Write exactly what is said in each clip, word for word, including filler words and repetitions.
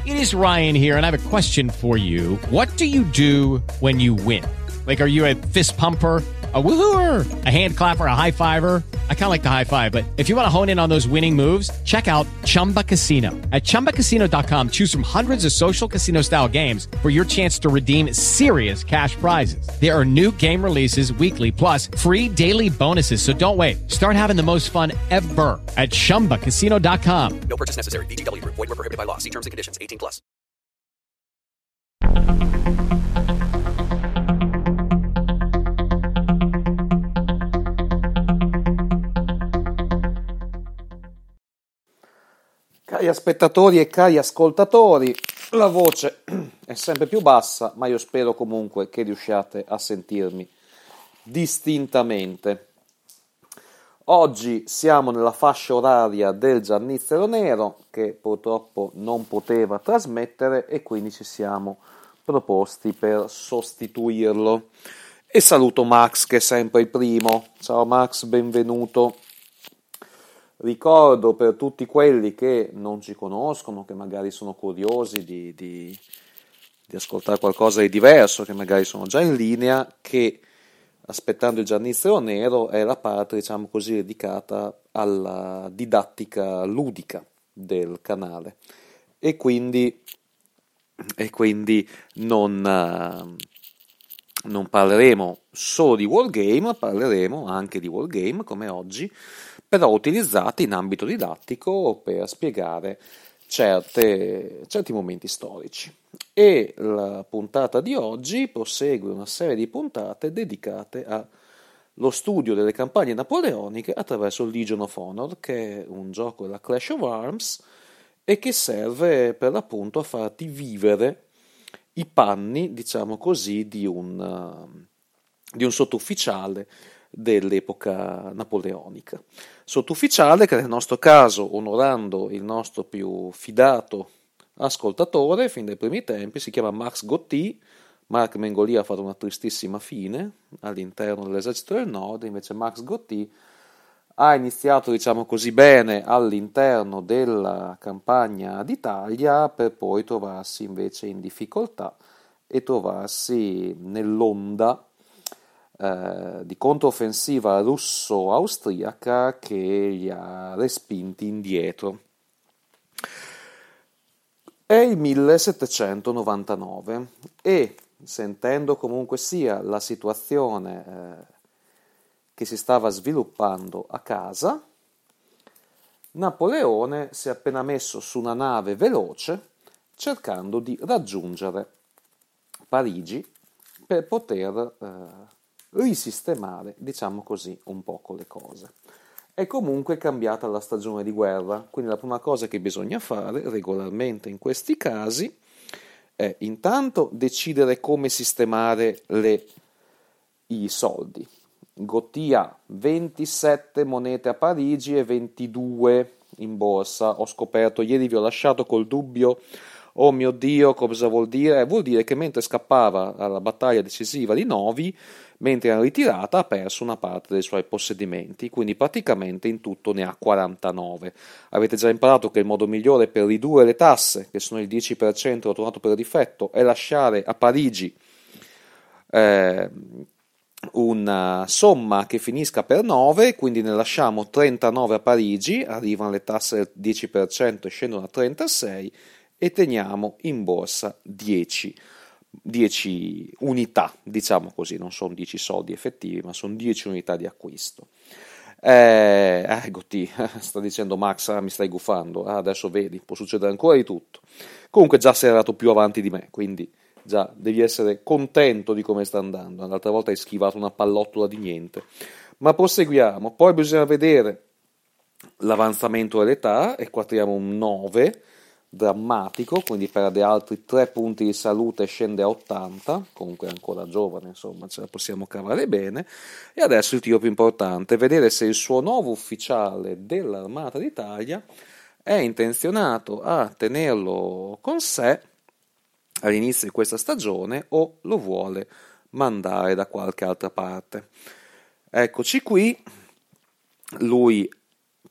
It is Ryan here, and I have a question for you. What do you do when you win? Like, are you a fist pumper, a woohooer, a hand clapper, a high fiver? I kind of like the high five, but if you want to hone in on those winning moves, check out Chumba Casino. At chumba casino dot com, choose from hundreds of social casino style games for your chance to redeem serious cash prizes. There are new game releases weekly, plus free daily bonuses. So don't wait. Start having the most fun ever at chumba casino dot com. No purchase necessary. V G W Group. Void where prohibited by law. See terms and conditions. eighteen plus. Cari spettatori e cari ascoltatori, la voce è sempre più bassa, ma io spero comunque che riusciate a sentirmi distintamente. Oggi siamo nella fascia oraria del Giannizzero Nero, che purtroppo non poteva trasmettere, e quindi ci siamo proposti per sostituirlo. E saluto Max, che è sempre il primo. Ciao Max, benvenuto. Ricordo per tutti quelli che non ci conoscono, che magari sono curiosi di, di, di ascoltare qualcosa di diverso, che magari sono già in linea, che Aspettando il Giannizzero Nero è la parte, diciamo così, dedicata alla didattica ludica del canale, e quindi, e quindi non, non parleremo solo di wargame, parleremo anche di wargame come oggi, però utilizzati in ambito didattico per spiegare certe, certi momenti storici. E la puntata di oggi prosegue una serie di puntate dedicate allo studio delle campagne napoleoniche attraverso Legion of Honor, che è un gioco della Clash of Arms e che serve per l'appunto a farti vivere i panni, diciamo così, di un, uh, di un sottufficiale dell'epoca napoleonica. Sottufficiale che nel nostro caso, onorando il nostro più fidato ascoltatore fin dai primi tempi, si chiama Max Gotti. Marc Mengolì ha fatto una tristissima fine all'interno dell'esercito del Nord, invece Max Gotti ha iniziato, diciamo così, bene all'interno della campagna d'Italia per poi trovarsi invece in difficoltà e trovarsi nell'onda eh, di controffensiva russo-austriaca che li ha respinti indietro. È il millesettecentonovantanove e, sentendo comunque sia la situazione eh, che si stava sviluppando a casa, Napoleone si è appena messo su una nave veloce cercando di raggiungere Parigi per poter eh, risistemare, diciamo così, un poco le cose. È comunque cambiata la stagione di guerra, quindi la prima cosa che bisogna fare regolarmente in questi casi è intanto decidere come sistemare le, i soldi. Gotti ha ventisette monete a Parigi e ventidue in borsa. Ho scoperto, ieri vi ho lasciato col dubbio, oh mio Dio, cosa vuol dire? Vuol dire che mentre scappava alla battaglia decisiva di Novi, mentre era ritirata, ha perso una parte dei suoi possedimenti, quindi praticamente in tutto ne ha quarantanove. Avete già imparato che il modo migliore per ridurre le tasse, che sono il dieci per cento tornato per difetto, è lasciare a Parigi eh, una somma che finisca per nove, quindi ne lasciamo trentanove a Parigi, arrivano le tasse del dieci per cento e scendono a trentasei, e teniamo in borsa dieci unità, diciamo così, non sono dieci soldi effettivi, ma sono dieci unità di acquisto. Eh, eh Gotti, sta dicendo Max, ah, mi stai gufando, ah, adesso vedi, può succedere ancora di tutto. Comunque già sei arrivato più avanti di me, quindi già devi essere contento di come sta andando. L'altra volta hai schivato una pallottola di niente, ma proseguiamo. Poi bisogna vedere l'avanzamento dell'età, e qua tiriamo un nove drammatico, quindi perde altri tre punti di salute e scende a ottanta, comunque è ancora giovane, insomma ce la possiamo cavare bene. E adesso il tiro più importante, vedere se il suo nuovo ufficiale dell'Armata d'Italia è intenzionato a tenerlo con sé all'inizio di questa stagione o lo vuole mandare da qualche altra parte. Eccoci qui, lui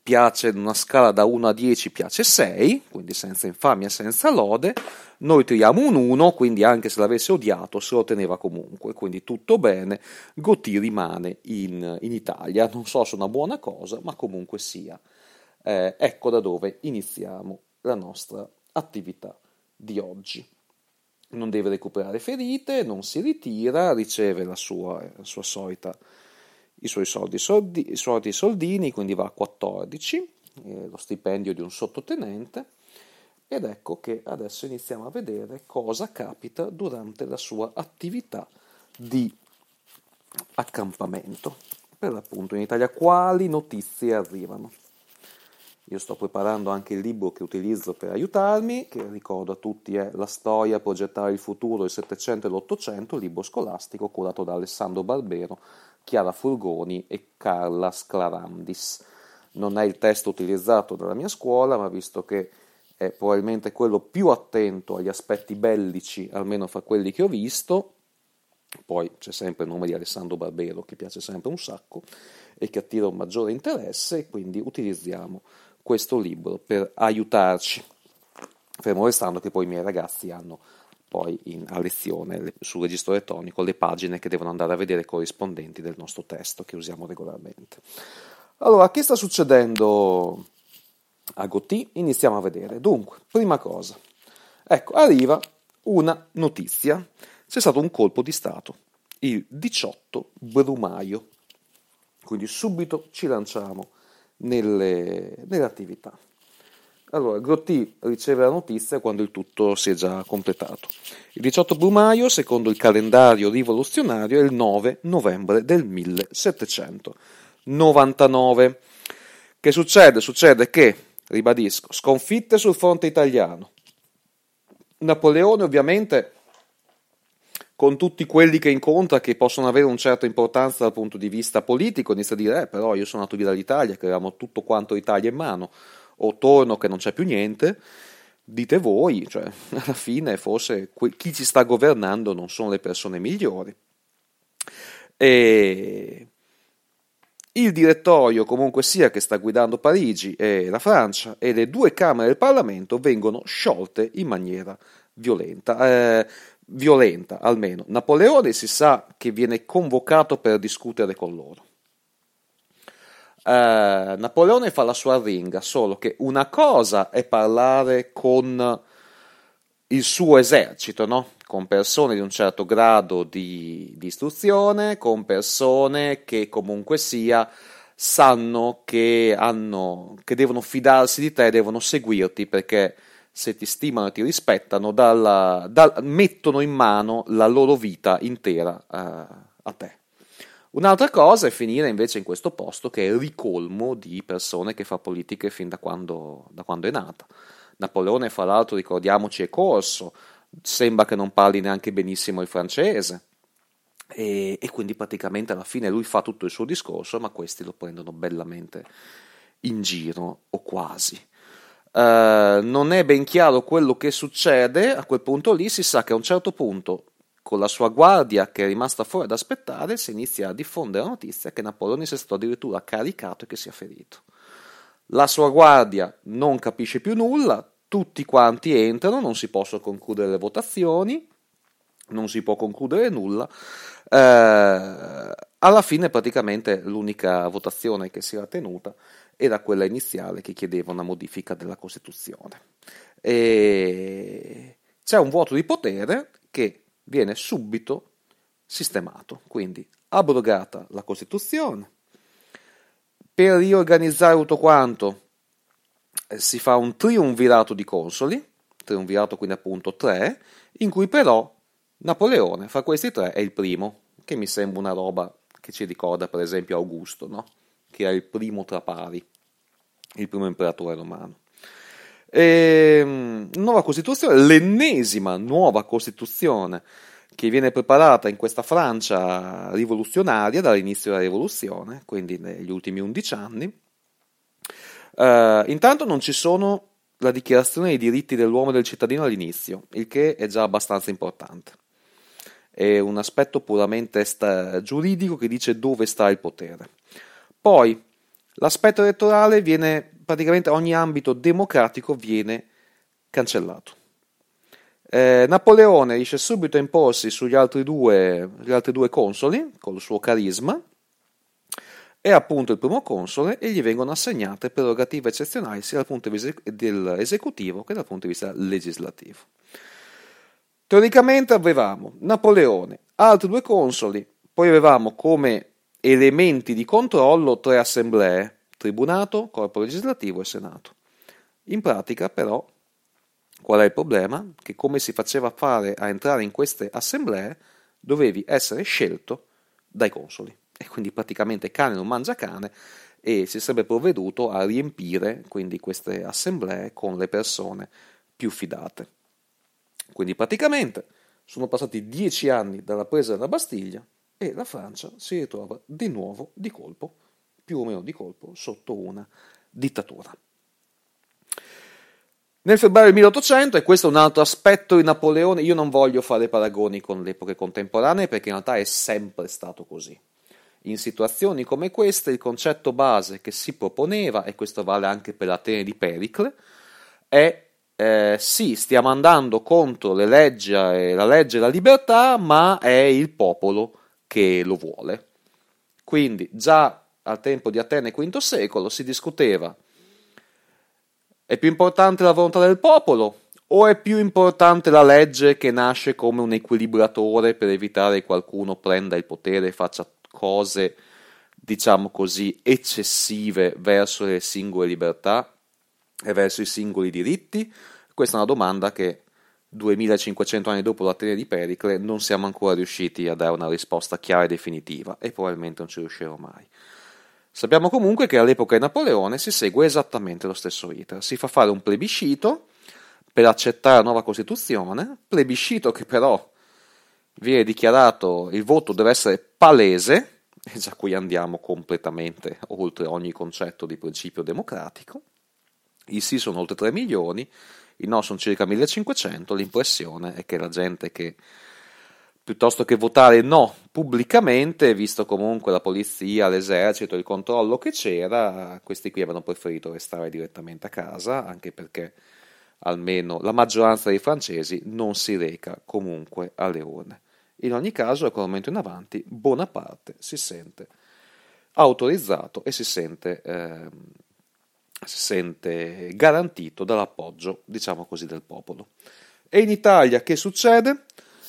piace, in una scala da uno a dieci piace sei, quindi senza infamia, senza lode. Noi tiriamo un uno, quindi anche se l'avesse odiato se lo teneva comunque, quindi tutto bene. Gauthier rimane in, in Italia, non so se è una buona cosa, ma comunque sia. Eh, ecco da dove iniziamo la nostra attività di oggi. Non deve recuperare ferite, non si ritira, riceve la sua, la sua solita, i suoi soldi, soldi, i suoi soldini, quindi va a quattordici, eh, lo stipendio di un sottotenente, ed ecco che adesso iniziamo a vedere cosa capita durante la sua attività di accampamento. Per l'appunto in Italia quali notizie arrivano. Io sto preparando anche il libro che utilizzo per aiutarmi, che ricordo a tutti è La storia, progettare il futuro, il Settecento e l'Ottocento, libro scolastico curato da Alessandro Barbero, Chiara Furgoni e Carla Sclarandis. Non è il testo utilizzato dalla mia scuola, ma visto che è probabilmente quello più attento agli aspetti bellici, almeno fra quelli che ho visto, poi c'è sempre il nome di Alessandro Barbero che piace sempre un sacco e che attira un maggiore interesse, e quindi utilizziamo questo libro per aiutarci, fermo restando che poi i miei ragazzi hanno poi in, a lezione le, sul registro elettronico le pagine che devono andare a vedere corrispondenti del nostro testo che usiamo regolarmente. Allora, che sta succedendo a Gauthier? Iniziamo a vedere. Dunque, prima cosa, ecco, arriva una notizia. C'è stato un colpo di Stato, il diciotto Brumaio, quindi subito ci lanciamo nelle, nelle attività. Allora, Gauthier riceve la notizia quando il tutto si è già completato. Il diciotto Brumaio, secondo il calendario rivoluzionario, è il nove novembre del millesettecentonovantanove. Che succede? Succede che, ribadisco, sconfitte sul fronte italiano. Napoleone ovviamente, con tutti quelli che incontra che possono avere una certa importanza dal punto di vista politico, inizia a dire, eh però io sono nato via dall'Italia, che avevamo tutto quanto l'Italia in mano, o torno che non c'è più niente, dite voi, cioè alla fine forse que- chi ci sta governando non sono le persone migliori. E il direttorio comunque sia che sta guidando Parigi e la Francia e le due camere del Parlamento vengono sciolte in maniera violenta. Eh, violenta almeno. Napoleone si sa che viene convocato per discutere con loro. Eh, Napoleone fa la sua arringa, solo che una cosa è parlare con il suo esercito, no? Con persone di un certo grado di, di istruzione, con persone che comunque sia sanno che hanno che devono fidarsi di te, devono seguirti perché se ti stimano e ti rispettano, dalla, da, mettono in mano la loro vita intera uh, a te. Un'altra cosa è finire invece in questo posto che è il ricolmo di persone che fa politiche fin da quando, da quando è nata. Napoleone, fra l'altro, ricordiamoci, è corso, sembra che non parli neanche benissimo il francese, e, e quindi praticamente alla fine lui fa tutto il suo discorso, ma questi lo prendono bellamente in giro, o quasi. Uh, non è ben chiaro quello che succede, a quel punto lì si sa che a un certo punto con la sua guardia che è rimasta fuori ad aspettare si inizia a diffondere la notizia che Napoleone sia stato addirittura caricato e che sia ferito. La sua guardia non capisce più nulla, tutti quanti entrano, non si possono concludere le votazioni, non si può concludere nulla. Uh, alla fine praticamente l'unica votazione che si era tenuta era quella iniziale che chiedeva una modifica della Costituzione. E c'è un vuoto di potere che viene subito sistemato, quindi abrogata la Costituzione. Per riorganizzare tutto quanto eh, si fa un triumvirato di consoli, triumvirato quindi appunto tre, in cui però Napoleone fra questi tre è il primo, che mi sembra una roba che ci ricorda per esempio Augusto, no? Che era il primo tra pari, il primo imperatore romano. E, nuova Costituzione, l'ennesima nuova Costituzione che viene preparata in questa Francia rivoluzionaria dall'inizio della rivoluzione, quindi negli ultimi undici anni. Uh, intanto non ci sono la dichiarazione dei diritti dell'uomo e del cittadino all'inizio, il che è già abbastanza importante. È un aspetto puramente sta- giuridico che dice dove sta il potere. Poi L'aspetto elettorale viene, praticamente ogni ambito democratico viene cancellato. Eh, Napoleone riesce subito a imporsi sugli altri due, gli altri due consoli, con il suo carisma, è appunto il primo console e gli vengono assegnate prerogative eccezionali sia dal punto di vista dell'esecutivo che dal punto di vista legislativo. Teoricamente avevamo Napoleone, altri due consoli, poi avevamo come elementi di controllo tre assemblee, tribunato, corpo legislativo e senato. In pratica però, qual è il problema? Che come si faceva fare a entrare in queste assemblee, dovevi essere scelto dai consoli. E quindi praticamente cane non mangia cane e si sarebbe provveduto a riempire quindi queste assemblee con le persone più fidate. Quindi praticamente sono passati dieci anni dalla presa della Bastiglia e la Francia si ritrova di nuovo di colpo, più o meno di colpo, sotto una dittatura. Nel febbraio del milleottocento, e questo è un altro aspetto di Napoleone, io non voglio fare paragoni con le epoche contemporanee perché in realtà è sempre stato così. In situazioni come queste il concetto base che si proponeva, e questo vale anche per l'Atene di Pericle, è eh, sì, stiamo andando contro le leggi, eh, la legge e la libertà, ma è il popolo che lo vuole. Quindi già al tempo di Atene quinto secolo si discuteva: è più importante la volontà del popolo o è più importante la legge che nasce come un equilibratore per evitare che qualcuno prenda il potere e faccia cose, diciamo così, eccessive verso le singole libertà e verso i singoli diritti? Questa è una domanda che duemilacinquecento anni dopo l'Atene di Pericle non siamo ancora riusciti a dare una risposta chiara e definitiva e probabilmente non ci riusciremo mai. Sappiamo comunque che all'epoca di Napoleone si segue esattamente lo stesso iter. Si fa fare un plebiscito per accettare la nuova Costituzione, plebiscito che però viene dichiarato, il voto deve essere palese, e già qui andiamo completamente oltre ogni concetto di principio democratico. I sì sono oltre tre milioni, i no sono circa millecinquecento, l'impressione è che la gente che piuttosto che votare no pubblicamente, visto comunque la polizia, l'esercito, il controllo che c'era, questi qui avevano preferito restare direttamente a casa, anche perché almeno la maggioranza dei francesi non si reca comunque alle urne. In ogni caso, da quel momento in avanti, Bonaparte si sente autorizzato e si sente, eh, si sente garantito dall'appoggio, diciamo così, del popolo. E in Italia che succede?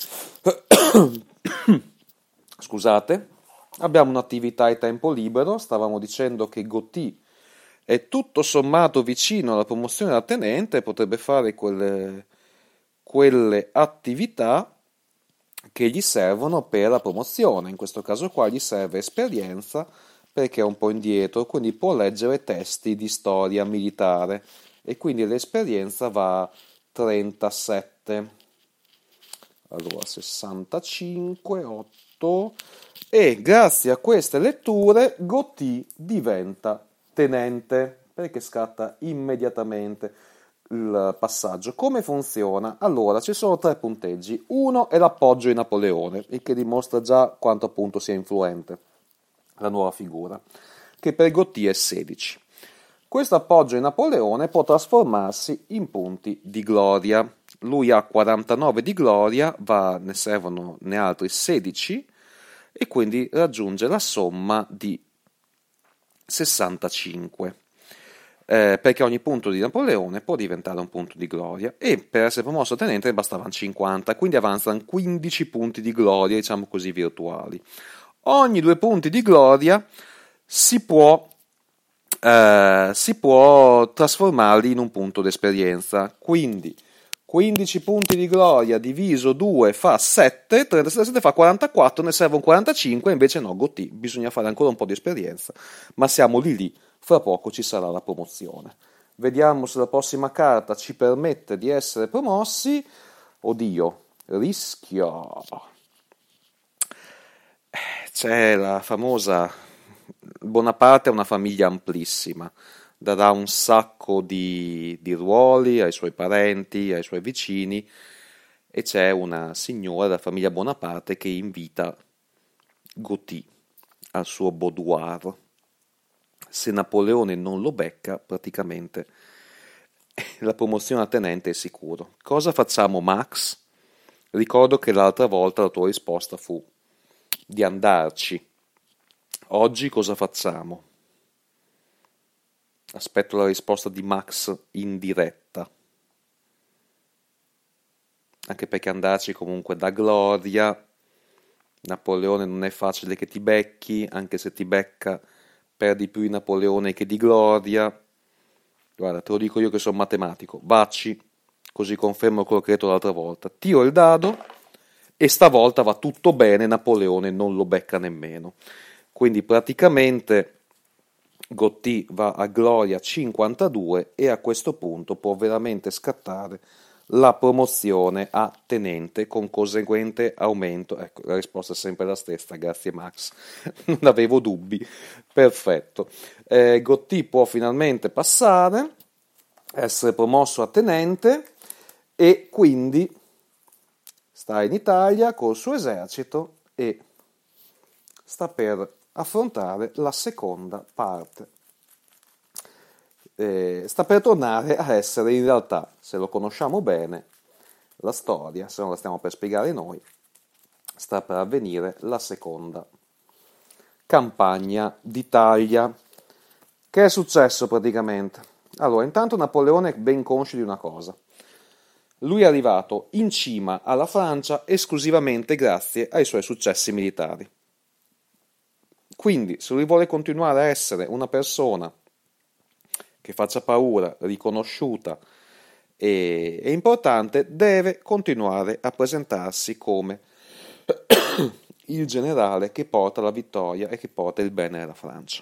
Scusate, abbiamo un'attività a tempo libero. Stavamo dicendo che Gotti è tutto sommato vicino alla promozione da tenente, potrebbe fare quelle, quelle attività che gli servono per la promozione. In questo caso qua gli serve esperienza perché è un po' indietro, quindi può leggere testi di storia militare e quindi l'esperienza va a trentasette. Allora sessantacinque, otto, e grazie a queste letture Gotti diventa tenente perché scatta immediatamente il passaggio. Come funziona? Allora ci sono tre punteggi. Uno è l'appoggio di Napoleone, il che dimostra già quanto appunto sia influente la nuova figura, che per Gotti è sedici. Questo appoggio di Napoleone può trasformarsi in punti di gloria. Lui ha quarantanove di gloria, va, ne servono ne altri sedici e quindi raggiunge la somma di sessantacinque, eh, perché ogni punto di Napoleone può diventare un punto di gloria e per essere promosso tenente ne bastavano cinquanta, quindi avanzano quindici punti di gloria, diciamo così, virtuali. Ogni due punti di gloria si può Uh, si può trasformarli in un punto d'esperienza, quindi quindici punti di gloria diviso due fa sette, trentasette fa quarantaquattro, ne servono quarantacinque, invece no, Gotti, bisogna fare ancora un po' di esperienza, ma siamo lì lì, fra poco ci sarà la promozione. Vediamo se la prossima carta ci permette di essere promossi. Oddio, rischio. C'è la famosa Bonaparte, ha una famiglia amplissima, darà un sacco di, di ruoli ai suoi parenti, ai suoi vicini, e c'è una signora della famiglia Bonaparte che invita Gotti al suo boudoir. se Napoleone non lo becca, praticamente la promozione a tenente è sicuro. Cosa facciamo, Max? Ricordo che l'altra volta la tua risposta fu di andarci. Oggi cosa facciamo? Aspetto la risposta di Max in diretta. Anche perché andarci comunque dà gloria. Napoleone non è facile che ti becchi, anche se ti becca perdi più di Napoleone che di gloria. Guarda, te lo dico io che sono matematico. Vacci, così confermo quello che ho detto l'altra volta. Tiro il dado e stavolta va tutto bene, Napoleone non lo becca nemmeno. Quindi praticamente Gotti va a gloria cinquantadue e a questo punto può veramente scattare la promozione a tenente con conseguente aumento. Ecco, la risposta è sempre la stessa, grazie Max, non avevo dubbi, perfetto. Eh, Gotti può finalmente passare, essere promosso a tenente e quindi sta in Italia col suo esercito e sta per affrontare la seconda parte. Eh, sta per tornare a essere in realtà, se lo conosciamo bene, la storia, se non la stiamo per spiegare noi, sta per avvenire la seconda campagna d'Italia. Che è successo praticamente? Allora, intanto Napoleone è ben conscio di una cosa. Lui è arrivato in cima alla Francia esclusivamente grazie ai suoi successi militari. Quindi, se lui vuole continuare a essere una persona che faccia paura, riconosciuta e, e importante, deve continuare a presentarsi come il generale che porta la vittoria e che porta il bene alla Francia.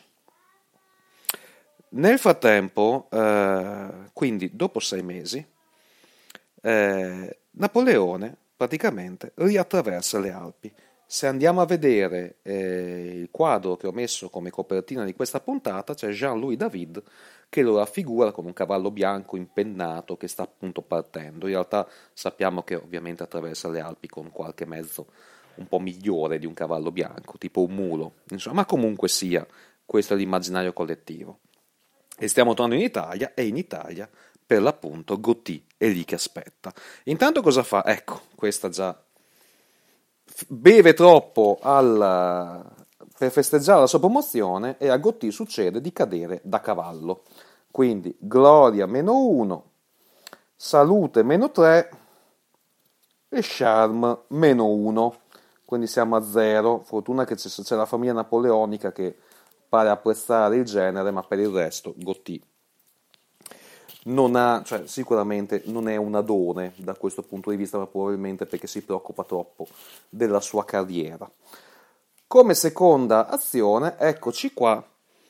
Nel frattempo, eh, quindi dopo sei mesi, eh, Napoleone praticamente riattraversa le Alpi. Se andiamo a vedere eh, il quadro che ho messo come copertina di questa puntata, c'è Jean-Louis David che lo raffigura con un cavallo bianco impennato che sta appunto partendo. In realtà sappiamo che ovviamente attraversa le Alpi con qualche mezzo un po' migliore di un cavallo bianco, tipo un mulo, insomma, ma comunque sia, questo è l'immaginario collettivo. E stiamo tornando in Italia, e in Italia, per l'appunto, Gotti è lì che aspetta. Intanto cosa fa? Ecco, questa già beve troppo al, per festeggiare la sua promozione e a Gotti succede di cadere da cavallo. Quindi gloria meno uno, salute meno tre e charme meno uno. Quindi siamo a zero. Fortuna che c'è, c'è la famiglia napoleonica che pare apprezzare il genere, ma per il resto Gotti non ha, cioè sicuramente non è un adone da questo punto di vista, ma probabilmente perché si preoccupa troppo della sua carriera. Come seconda azione, eccoci qua,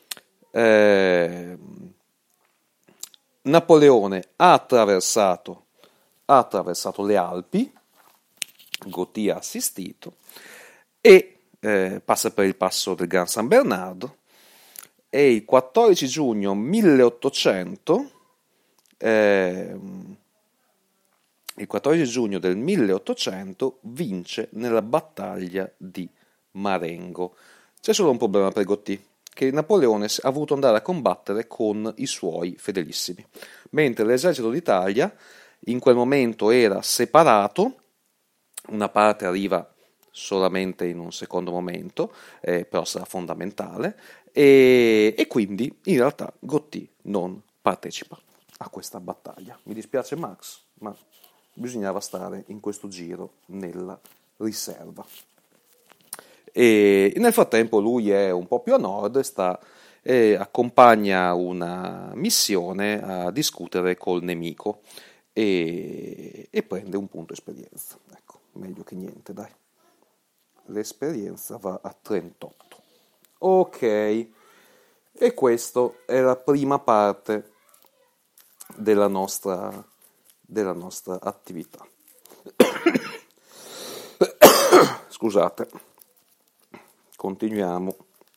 eh, Napoleone ha attraversato, ha attraversato le Alpi, Gotti ha assistito, e eh, passa per il passo del Gran San Bernardo, e il quattordici giugno milleottocento Eh, il quattordici giugno del milleottocento vince nella battaglia di Marengo. C'è solo un problema per Gotti, che Napoleone ha voluto andare a combattere con i suoi fedelissimi, mentre l'esercito d'Italia in quel momento era separato, una parte arriva solamente in un secondo momento, eh, però sarà fondamentale, e, e quindi in realtà Gotti non partecipa a questa battaglia. Mi dispiace Max, ma bisognava stare in questo giro nella riserva. E nel frattempo lui è un po' più a nord e sta, eh, accompagna una missione a discutere col nemico e, e prende un punto esperienza. Ecco, meglio che niente, dai. L'esperienza va a trentotto. Ok, e questa è la prima parte della nostra, della nostra attività. Scusate, continuiamo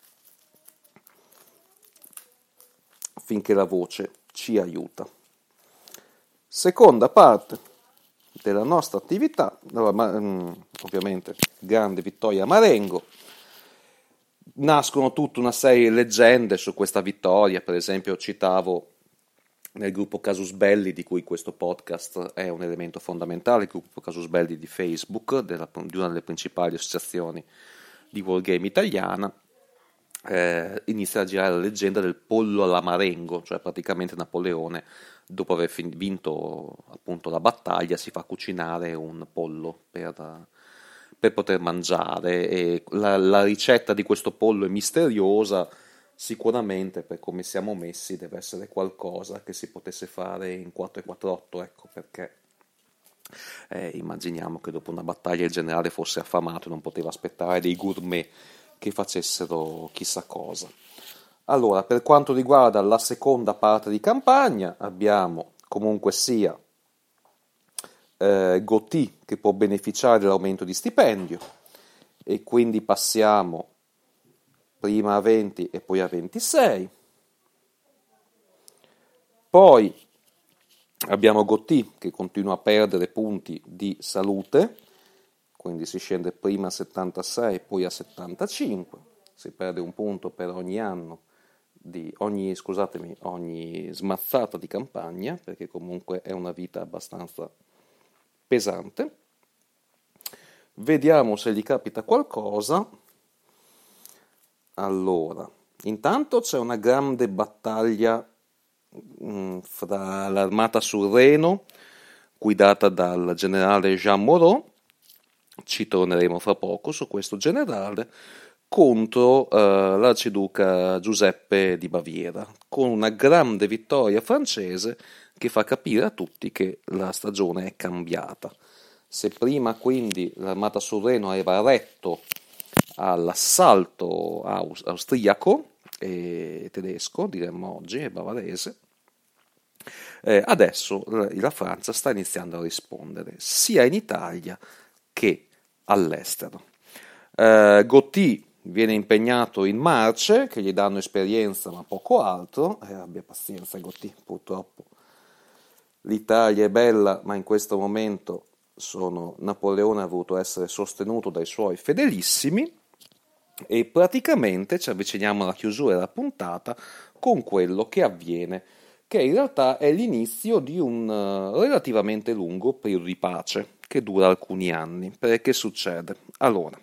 finché la voce ci aiuta. Seconda parte della nostra attività, allora, ma, ovviamente grande vittoria a Marengo. nascono tutta una serie di leggende su questa vittoria. Per esempio citavo nel gruppo Casus Belli, di cui questo podcast è un elemento fondamentale, il gruppo Casus Belli di Facebook, della, di una delle principali associazioni di wargame italiana, eh, inizia a girare la leggenda del pollo alla Marengo, cioè praticamente Napoleone, dopo aver fin- vinto appunto la battaglia, si fa cucinare un pollo per, per poter mangiare, e la, la ricetta di questo pollo è misteriosa. Sicuramente, per come siamo messi, deve essere qualcosa che si potesse fare in quattro e quarantotto, ecco perché eh, immaginiamo che dopo una battaglia il generale fosse affamato e non poteva aspettare dei gourmet che facessero chissà cosa. Allora, per quanto riguarda la seconda parte di campagna, abbiamo comunque sia eh, Gotti che può beneficiare dell'aumento di stipendio, e quindi passiamo prima a venti e poi a ventisei. Poi abbiamo Gotti che continua a perdere punti di salute, quindi si scende prima a settantasei e poi a settantacinque, si perde un punto per ogni anno di ogni, scusatemi, ogni smazzata di campagna, perché comunque è una vita abbastanza pesante. Vediamo se gli capita qualcosa. Allora, intanto c'è una grande battaglia mh, fra l'armata sul Reno, guidata dal generale Jean Moreau, ci torneremo fra poco su questo generale, contro eh, l'arciduca Giuseppe di Baviera, con una grande vittoria francese che fa capire a tutti che la stagione è cambiata. Se prima quindi l'armata sul Reno aveva retto all'assalto aus- austriaco e tedesco, diremmo oggi, e bavarese, eh, adesso la Francia sta iniziando a rispondere sia in Italia che all'estero. Eh, Gotti viene impegnato in marce che gli danno esperienza ma poco altro, eh, abbia pazienza Gotti, purtroppo l'Italia è bella, ma in questo momento sono, Napoleone ha voluto essere sostenuto dai suoi fedelissimi. E praticamente ci avviciniamo alla chiusura della puntata con quello che avviene, che in realtà è l'inizio di un uh, relativamente lungo periodo di pace che dura alcuni anni. Perché succede? Allora,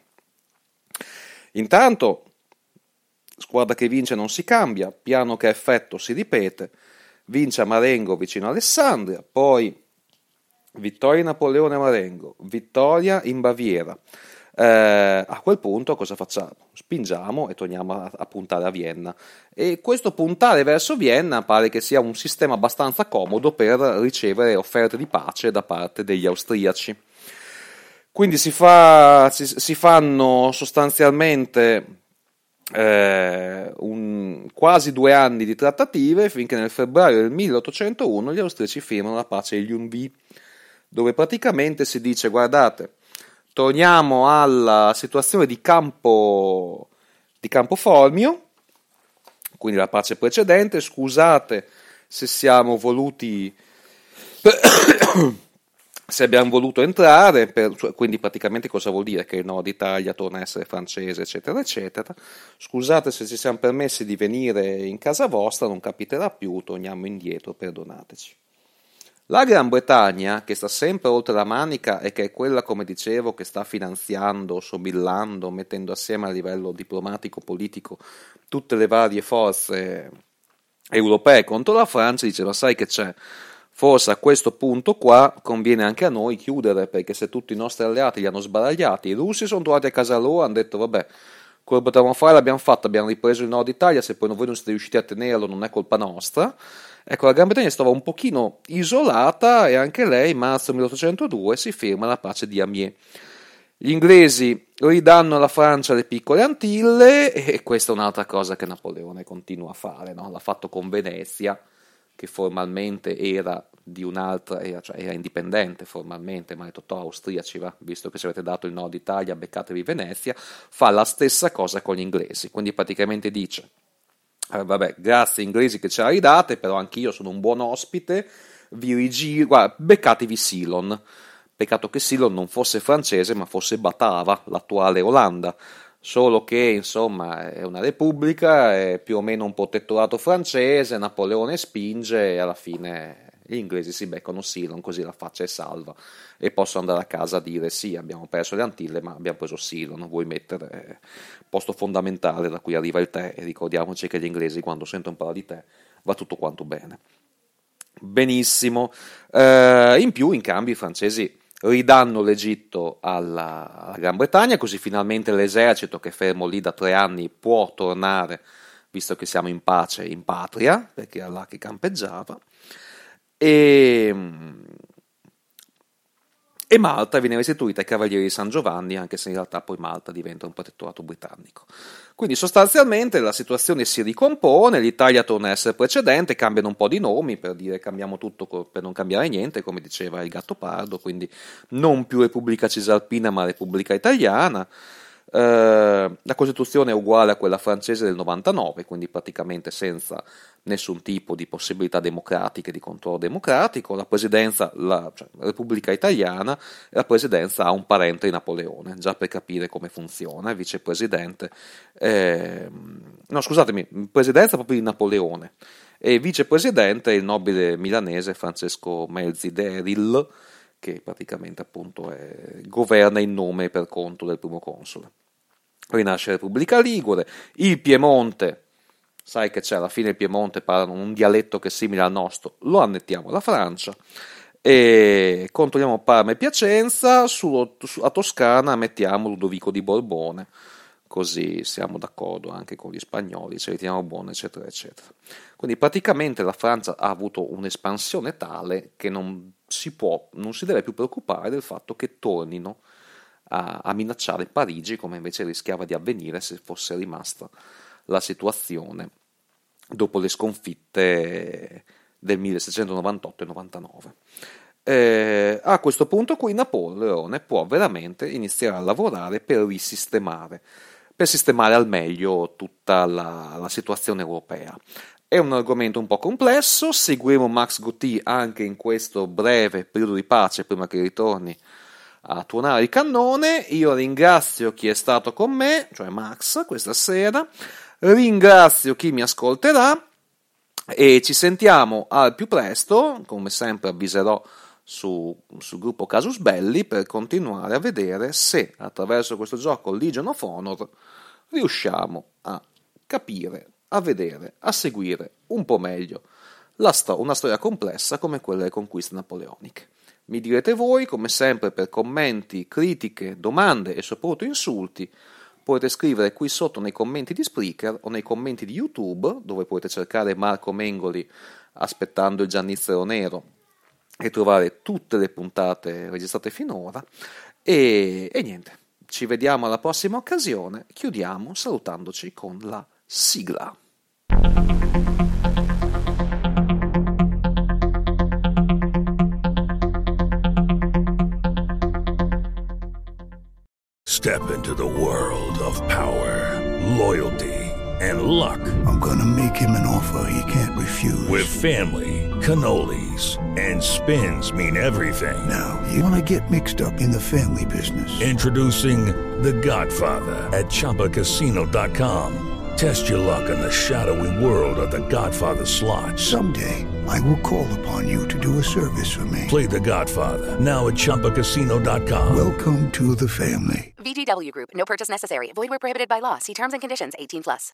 intanto squadra che vince non si cambia, piano che a effetto si ripete, vince a Marengo vicino a Alessandria, poi vittoria in Napoleone a Marengo, vittoria in Baviera. Eh, a quel punto cosa facciamo? Spingiamo e torniamo a, a puntare a Vienna, e questo puntare verso Vienna pare che sia un sistema abbastanza comodo per ricevere offerte di pace da parte degli austriaci. Quindi si, fa, si, si fanno sostanzialmente eh, un, quasi due anni di trattative, finché nel febbraio del milleottocentouno gli austriaci firmano la pace di Lunéville, dove praticamente si dice: guardate, torniamo alla situazione di campo, di campo Formio, quindi la pace precedente, scusate se siamo voluti, se abbiamo voluto entrare, per, cioè, quindi praticamente cosa vuol dire? Che il Nord Italia torna a essere francese, eccetera, eccetera. Scusate se ci siamo permessi di venire in casa vostra, non capiterà più, torniamo indietro, perdonateci. La Gran Bretagna, che sta sempre oltre la manica e che è quella, come dicevo, che sta finanziando, sobillando, mettendo assieme a livello diplomatico-politico tutte le varie forze europee contro la Francia, diceva: sai che c'è? Forse a questo punto qua conviene anche a noi chiudere, perché se tutti i nostri alleati li hanno sbaragliati, i russi sono tornati a casa loro, hanno detto vabbè, quello che potevamo fare l'abbiamo fatto, abbiamo ripreso il Nord Italia, se poi voi non siete riusciti a tenerlo non è colpa nostra. Ecco, la Gran Bretagna stava un pochino isolata, e anche lei, marzo milleottocentodue, si firma la pace di Amiens. Gli inglesi ridanno alla Francia le piccole Antille, e questa è un'altra cosa che Napoleone continua a fare, no? L'ha fatto con Venezia, che formalmente era di un'altra, era, cioè era indipendente formalmente, ma ha detto: toh, austriaci, va, visto che ci avete dato il Nord Italia, beccatevi Venezia. Fa la stessa cosa con gli inglesi, quindi praticamente dice: Eh, vabbè, grazie inglesi che ce la ridate, però anch'io sono un buon ospite, vi rigiro, guarda, beccatevi Ceylon. Peccato che Ceylon non fosse francese, ma fosse Batava, l'attuale Olanda. solo che insomma è una repubblica, è più o meno un protettorato francese, Napoleone spinge e alla fine gli inglesi si beccano Ceylon, così la faccia è salva e possono andare a casa a dire sì, abbiamo perso le Antille ma abbiamo preso Ceylon, vuoi mettere eh, posto fondamentale da cui arriva il tè, e ricordiamoci che gli inglesi quando sentono parlare di tè va tutto quanto bene. Benissimo, eh, in più in cambio i francesi ridanno l'Egitto alla, alla Gran Bretagna, così finalmente l'esercito che è fermo lì da tre anni può tornare, visto che siamo in pace, in patria, perché era là che campeggiava, e, e Malta viene restituita ai Cavalieri di San Giovanni, anche se in realtà poi Malta diventa un protettorato britannico. Quindi sostanzialmente la situazione si ricompone, l'Italia torna a essere precedente, cambiano un po' di nomi per dire cambiamo tutto per non cambiare niente, come diceva il Gattopardo, quindi non più Repubblica Cisalpina ma Repubblica Italiana. Uh, la Costituzione è uguale a quella francese del novantanove, quindi praticamente senza nessun tipo di possibilità democratica e di controllo democratico. La presidenza, la, cioè, la Repubblica Italiana, la presidenza ha un parente di Napoleone, già per capire come funziona, il vicepresidente, eh, no scusatemi, presidenza proprio di Napoleone, e vicepresidente il nobile milanese Francesco Melzideril, che praticamente appunto è, governa in nome e per conto del primo console. Rinasce la Repubblica Ligure, il Piemonte, sai che c'è, alla fine il Piemonte parlano un dialetto che è simile al nostro, lo annettiamo alla Francia, e controlliamo Parma e Piacenza, sulla Toscana mettiamo Ludovico di Borbone, così siamo d'accordo anche con gli spagnoli, ce li teniamo buoni, eccetera, eccetera. Quindi praticamente la Francia ha avuto un'espansione tale che non si può, non si deve più preoccupare del fatto che tornino a, a minacciare Parigi, come invece rischiava di avvenire se fosse rimasta la situazione dopo le sconfitte del milleseicentonovantotto e novantanove. Eh, a questo punto qui Napoleone può veramente iniziare a lavorare per risistemare, per sistemare al meglio tutta la, la situazione europea. È un argomento un po' complesso, seguiremo Max Guthi anche in questo breve periodo di pace prima che ritorni a tuonare il cannone. Io ringrazio chi è stato con me, cioè Max, questa sera, ringrazio chi mi ascolterà e ci sentiamo al più presto, come sempre avviserò Su, sul gruppo Casus Belli per continuare a vedere se attraverso questo gioco Legion of Honor riusciamo a capire, a vedere, a seguire un po' meglio la sto- una storia complessa come quella delle conquiste napoleoniche. Mi direte voi, come sempre, per commenti, critiche, domande e soprattutto insulti, potete scrivere qui sotto nei commenti di Spreaker o nei commenti di YouTube, dove potete cercare Marco Mengoli aspettando il Giannizzero Nero e trovare tutte le puntate registrate finora, e, e niente, ci vediamo alla prossima occasione. Chiudiamo salutandoci con la sigla. Step into the world of power, loyalty, and luck. I'm gonna make him an offer he can't refuse. With family, cannolis, and spins mean everything. Now, you wanna get mixed up in the family business. Introducing The Godfather at Chumba Casino dot com. Test your luck in the shadowy world of The Godfather slot. Someday, I will call upon you to do a service for me. Play The Godfather, now at Chumba Casino dot com. Welcome to the family. V G W Group. No purchase necessary. Void where prohibited by law. See terms and conditions. eighteen plus.